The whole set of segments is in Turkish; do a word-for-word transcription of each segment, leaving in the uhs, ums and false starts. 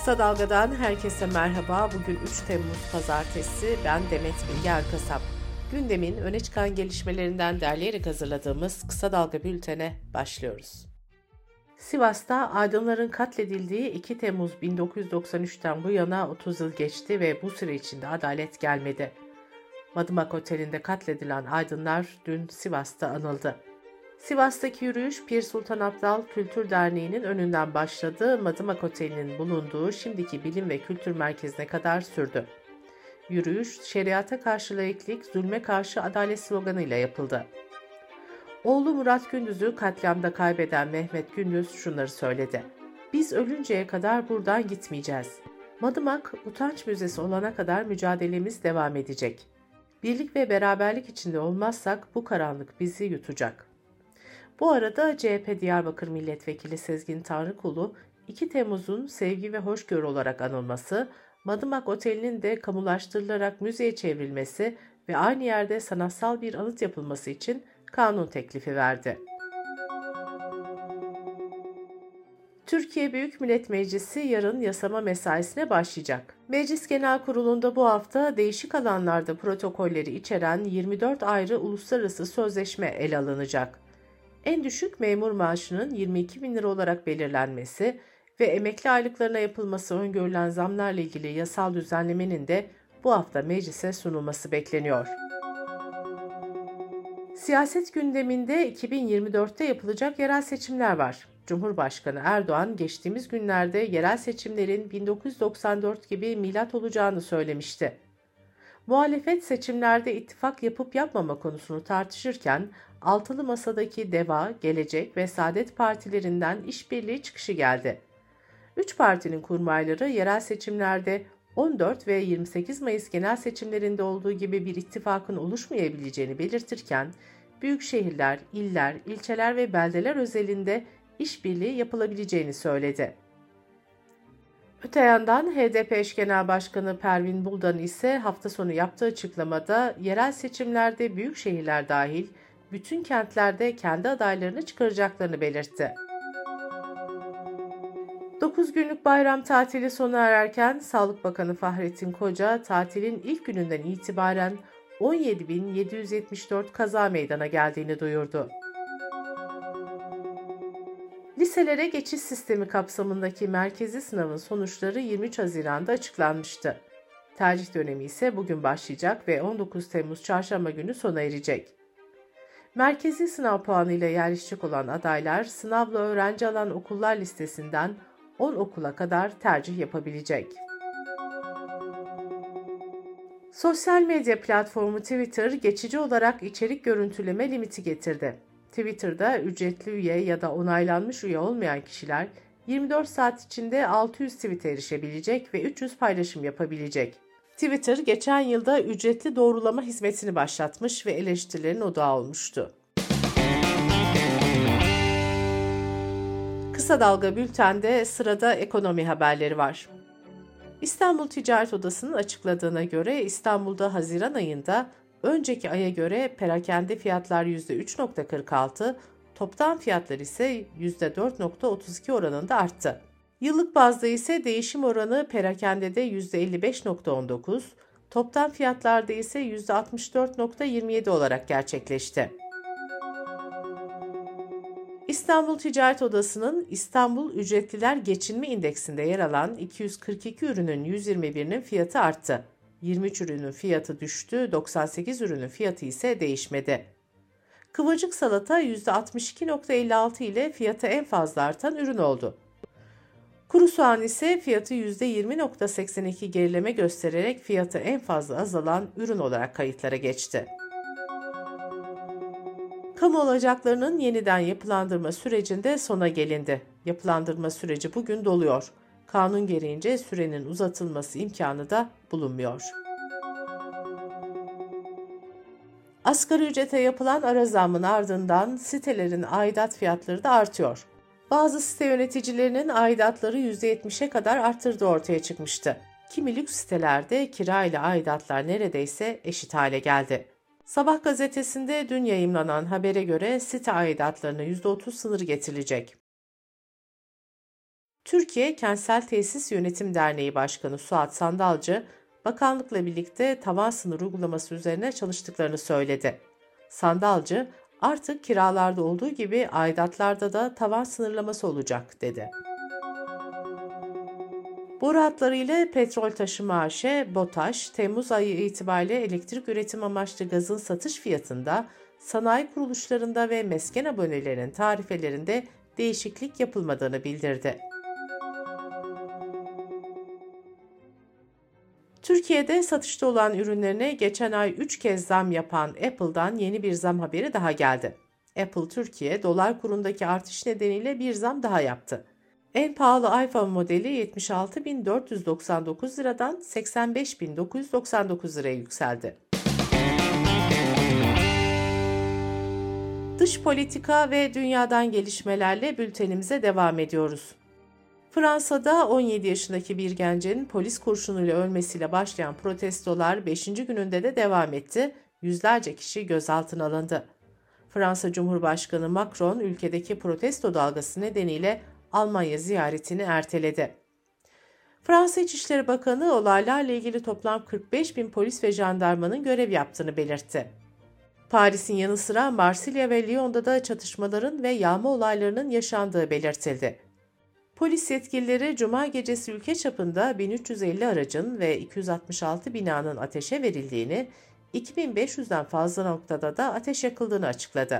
Kısa Dalga'dan herkese merhaba. Bugün üç Temmuz Pazartesi. Ben Demet Bilge Erkasap. Gündemin öne çıkan gelişmelerinden derleyerek hazırladığımız Kısa Dalga bültene başlıyoruz. Sivas'ta aydınların katledildiği iki Temmuz bin dokuz yüz doksan üçten bu yana otuz yıl geçti ve bu süre içinde adalet gelmedi. Madımak Oteli'nde katledilen aydınlar dün Sivas'ta anıldı. Sivas'taki yürüyüş Pir Sultan Abdal Kültür Derneği'nin önünden başladı. Madımak Oteli'nin bulunduğu şimdiki Bilim ve Kültür Merkezi'ne kadar sürdü. Yürüyüş, şeriata karşı laiklik, zulme karşı adalet sloganıyla yapıldı. Oğlu Murat Gündüz'ü katliamda kaybeden Mehmet Gündüz şunları söyledi. Biz ölünceye kadar buradan gitmeyeceğiz. Madımak, utanç müzesi olana kadar mücadelemiz devam edecek. Birlik ve beraberlik içinde olmazsak bu karanlık bizi yutacak. Bu arada C H P Diyarbakır Milletvekili Sezgin Tanrıkulu, iki Temmuz'un sevgi ve hoşgörü olarak anılması, Madımak Oteli'nin de kamulaştırılarak müzeye çevrilmesi ve aynı yerde sanatsal bir anıt yapılması için kanun teklifi verdi. Türkiye Büyük Millet Meclisi yarın yasama mesaisine başlayacak. Meclis Genel Kurulu'nda bu hafta değişik alanlarda protokolleri içeren yirmi dört ayrı uluslararası sözleşme ele alınacak. En düşük memur maaşının yirmi iki bin lira olarak belirlenmesi ve emekli aylıklarına yapılması öngörülen zamlarla ilgili yasal düzenlemenin de bu hafta meclise sunulması bekleniyor. Siyaset gündeminde iki bin yirmi dörtte yapılacak yerel seçimler var. Cumhurbaşkanı Erdoğan geçtiğimiz günlerde yerel seçimlerin bin dokuz yüz doksan dört gibi milat olacağını söylemişti. Muhalefet seçimlerde ittifak yapıp yapmama konusunu tartışırken Altılı Masa'daki DEVA, Gelecek ve Saadet partilerinden işbirliği çıkışı geldi. Üç partinin kurmayları yerel seçimlerde on dört ve yirmi sekiz Mayıs genel seçimlerinde olduğu gibi bir ittifakın oluşmayabileceğini belirtirken, büyük şehirler, iller, ilçeler ve beldeler özelinde işbirliği yapılabileceğini söyledi. Öte yandan H D P eş genel başkanı Pervin Buldan ise hafta sonu yaptığı açıklamada yerel seçimlerde büyük şehirler dahil bütün kentlerde kendi adaylarını çıkaracaklarını belirtti. dokuz günlük bayram tatili sona ererken Sağlık Bakanı Fahrettin Koca tatilin ilk gününden itibaren on yedi bin yedi yüz yetmiş dört kaza meydana geldiğini duyurdu. Liselere geçiş sistemi kapsamındaki merkezi sınavın sonuçları yirmi üç Haziran'da açıklanmıştı. Tercih dönemi ise bugün başlayacak ve on dokuz Temmuz Çarşamba günü sona erecek. Merkezi sınav puanıyla yerleşecek olan adaylar sınavla öğrenci alan okullar listesinden on okula kadar tercih yapabilecek. Sosyal medya platformu Twitter geçici olarak içerik görüntüleme limiti getirdi. Twitter'da ücretli üye ya da onaylanmış üye olmayan kişiler yirmi dört saat içinde altı yüz tweet'e erişebilecek ve üç yüz paylaşım yapabilecek. Twitter geçen yılda ücretli doğrulama hizmetini başlatmış ve eleştirilerin odağı olmuştu. Kısa Dalga bültende sırada ekonomi haberleri var. İstanbul Ticaret Odası'nın açıkladığına göre İstanbul'da Haziran ayında önceki aya göre perakende fiyatlar yüzde üç virgül kırk altı, toptan fiyatlar ise yüzde dört virgül otuz iki oranında arttı. Yıllık bazda ise değişim oranı perakendede yüzde elli beş virgül on dokuz, toptan fiyatlarda ise yüzde altmış dört virgül yirmi yedi olarak gerçekleşti. İstanbul Ticaret Odası'nın İstanbul Ücretliler Geçinme İndeksinde yer alan iki yüz kırk iki ürünün yüz yirmi birinin fiyatı arttı. yirmi üç ürünün fiyatı düştü, doksan sekiz ürünün fiyatı ise değişmedi. Kıvırcık salata yüzde altmış iki virgül elli altı ile fiyatı en fazla artan ürün oldu. Kuru soğan ise fiyatı yüzde yirmi virgül seksen iki gerileme göstererek fiyatı en fazla azalan ürün olarak kayıtlara geçti. Kamu alacaklarının yeniden yapılandırma sürecinde sona gelindi. Yapılandırma süreci bugün doluyor. Kanun gereğince sürenin uzatılması imkanı da bulunmuyor. Asgari ücrete yapılan ara zammın ardından sitelerin aidat fiyatları da artıyor. Bazı site yöneticilerinin aidatları yüzde yetmişe kadar arttırdığı ortaya çıkmıştı. Kimi lüks sitelerde kira ile aidatlar neredeyse eşit hale geldi. Sabah gazetesinde dün yayımlanan habere göre site aidatlarına yüzde otuz sınırı getirilecek. Türkiye Kentsel Tesis Yönetim Derneği Başkanı Suat Sandalcı, bakanlıkla birlikte tavan sınır uygulaması üzerine çalıştıklarını söyledi. Sandalcı, artık kiralarda olduğu gibi aidatlarda da tavan sınırlaması olacak dedi. Boru hatlarıyla petrol taşıma A Ş, BOTAŞ, Temmuz ayı itibariyle elektrik üretim amaçlı gazın satış fiyatında, sanayi kuruluşlarında ve mesken abonelerinin tarifelerinde değişiklik yapılmadığını bildirdi. Türkiye'de satışta olan ürünlerine geçen ay üç kez zam yapan Apple'dan yeni bir zam haberi daha geldi. Apple Türkiye, dolar kurundaki artış nedeniyle bir zam daha yaptı. En pahalı iPhone modeli yetmiş altı bin dört yüz doksan dokuz liradan seksen beş bin dokuz yüz doksan dokuz liraya yükseldi. Dış politika ve dünyadan gelişmelerle bültenimize devam ediyoruz. Fransa'da on yedi yaşındaki bir gencin polis kurşunuyla ölmesiyle başlayan protestolar beşinci gününde de devam etti. Yüzlerce kişi gözaltına alındı. Fransa Cumhurbaşkanı Macron ülkedeki protesto dalgası nedeniyle Almanya ziyaretini erteledi. Fransa İçişleri Bakanı olaylarla ilgili toplam kırk beş bin polis ve jandarmanın görev yaptığını belirtti. Paris'in yanı sıra Marsilya ve Lyon'da da çatışmaların ve yağma olaylarının yaşandığı belirtildi. Polis yetkilileri Cuma gecesi ülke çapında bin üç yüz elli aracın ve iki yüz altmış altı binanın ateşe verildiğini, iki bin beş yüzden fazla noktada da ateş yakıldığını açıkladı.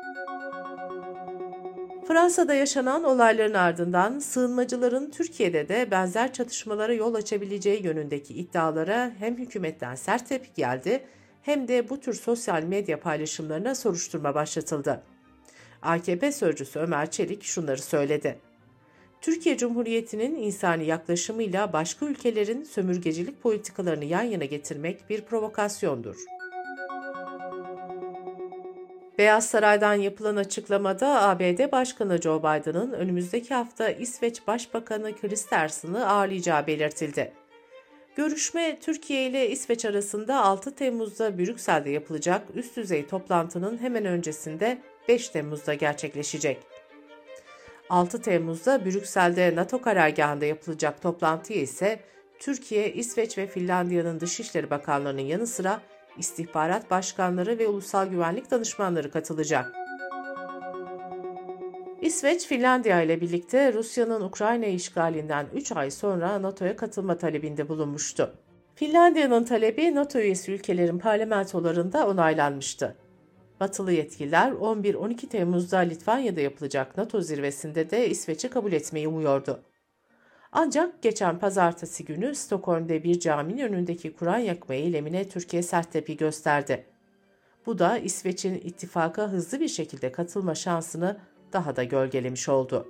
Fransa'da yaşanan olayların ardından sığınmacıların Türkiye'de de benzer çatışmalara yol açabileceği yönündeki iddialara hem hükümetten sert tepki geldi hem de bu tür sosyal medya paylaşımlarına soruşturma başlatıldı. A K P sözcüsü Ömer Çelik şunları söyledi. Türkiye Cumhuriyeti'nin insani yaklaşımıyla başka ülkelerin sömürgecilik politikalarını yan yana getirmek bir provokasyondur. Beyaz Saray'dan yapılan açıklamada A B D Başkanı Joe Biden'ın önümüzdeki hafta İsveç Başbakanı Kristersson'ı ağırlayacağı belirtildi. Görüşme Türkiye ile İsveç arasında altı Temmuz'da Brüksel'de yapılacak üst düzey toplantının hemen öncesinde beş Temmuz'da gerçekleşecek. altı Temmuz'da Brüksel'de NATO karargahında yapılacak toplantıya ise Türkiye, İsveç ve Finlandiya'nın Dışişleri Bakanlarının yanı sıra istihbarat başkanları ve ulusal güvenlik danışmanları katılacak. İsveç, Finlandiya ile birlikte Rusya'nın Ukrayna işgalinden üç ay sonra NATO'ya katılma talebinde bulunmuştu. Finlandiya'nın talebi NATO üyesi ülkelerin parlamentolarında onaylanmıştı. Batılı yetkililer on bir on iki Temmuz'da Litvanya'da yapılacak NATO zirvesinde de İsveç'i kabul etmeyi umuyordu. Ancak geçen pazartesi günü Stockholm'de bir caminin önündeki Kur'an yakma eylemine Türkiye sert tepki gösterdi. Bu da İsveç'in ittifaka hızlı bir şekilde katılma şansını daha da gölgelemiş oldu.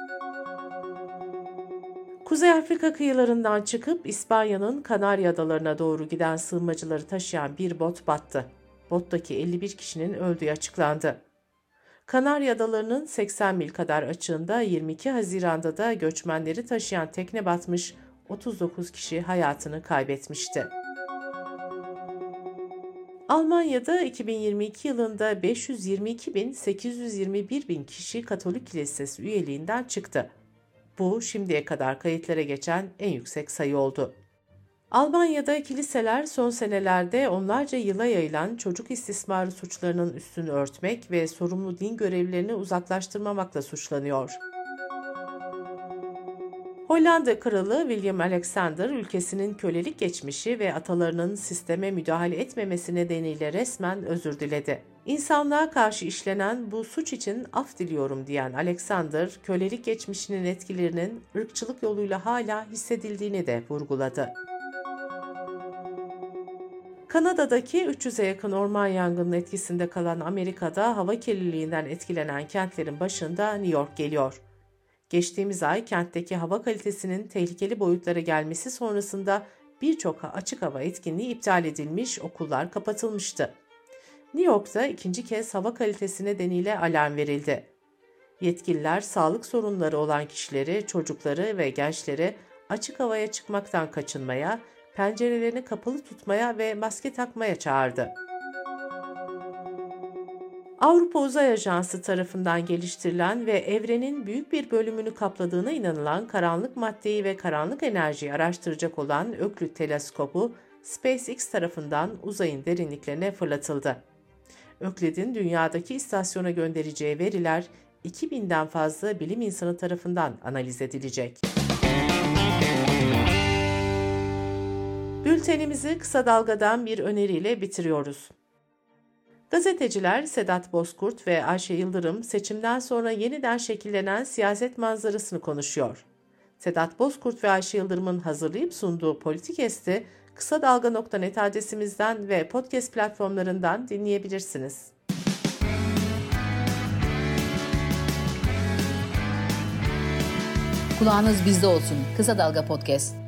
Kuzey Afrika kıyılarından çıkıp İspanya'nın Kanarya Adalarına doğru giden sığınmacıları taşıyan bir bot battı. Bottaki elli bir kişinin öldüğü açıklandı. Kanarya Adaları'nın seksen mil kadar açığında yirmi iki Haziran'da da göçmenleri taşıyan tekne batmış, otuz dokuz kişi hayatını kaybetmişti. Almanya'da iki bin yirmi iki yılında beş yüz yirmi iki bin sekiz yüz yirmi bir bin kişi Katolik Kilisesi üyeliğinden çıktı. Bu şimdiye kadar kayıtlara geçen en yüksek sayı oldu. Almanya'da kiliseler son senelerde onlarca yıla yayılan çocuk istismarı suçlarının üstünü örtmek ve sorumlu din görevlilerini uzaklaştırmamakla suçlanıyor. Hollanda Kralı William Alexander, ülkesinin kölelik geçmişi ve atalarının sisteme müdahale etmemesi nedeniyle resmen özür diledi. İnsanlığa karşı işlenen bu suç için af diliyorum diyen Alexander, kölelik geçmişinin etkilerinin ırkçılık yoluyla hala hissedildiğini de vurguladı. Kanada'daki üç yüze yakın orman yangının etkisinde kalan Amerika'da hava kirliliğinden etkilenen kentlerin başında New York geliyor. Geçtiğimiz ay kentteki hava kalitesinin tehlikeli boyutlara gelmesi sonrasında birçok açık hava etkinliği iptal edilmiş, okullar kapatılmıştı. New York'ta ikinci kez hava kalitesi nedeniyle alarm verildi. Yetkililer sağlık sorunları olan kişileri, çocukları ve gençleri açık havaya çıkmaktan kaçınmaya, pencerelerini kapalı tutmaya ve maske takmaya çağırdı. Avrupa Uzay Ajansı tarafından geliştirilen ve evrenin büyük bir bölümünü kapladığına inanılan karanlık maddeyi ve karanlık enerjiyi araştıracak olan Öklüt Teleskobu, SpaceX tarafından uzayın derinliklerine fırlatıldı. Öklüt'ün dünyadaki istasyona göndereceği veriler iki binden fazla bilim insanı tarafından analiz edilecek. Bültenimizi kısa dalgadan bir öneriyle bitiriyoruz. Gazeteciler Sedat Bozkurt ve Ayşe Yıldırım seçimden sonra yeniden şekillenen siyaset manzarasını konuşuyor. Sedat Bozkurt ve Ayşe Yıldırım'ın hazırlayıp sunduğu Politikest'i kısa dalga nokta net adresimizden ve podcast platformlarından dinleyebilirsiniz. Kulağınız bizde olsun. Kısa Dalga Podcast.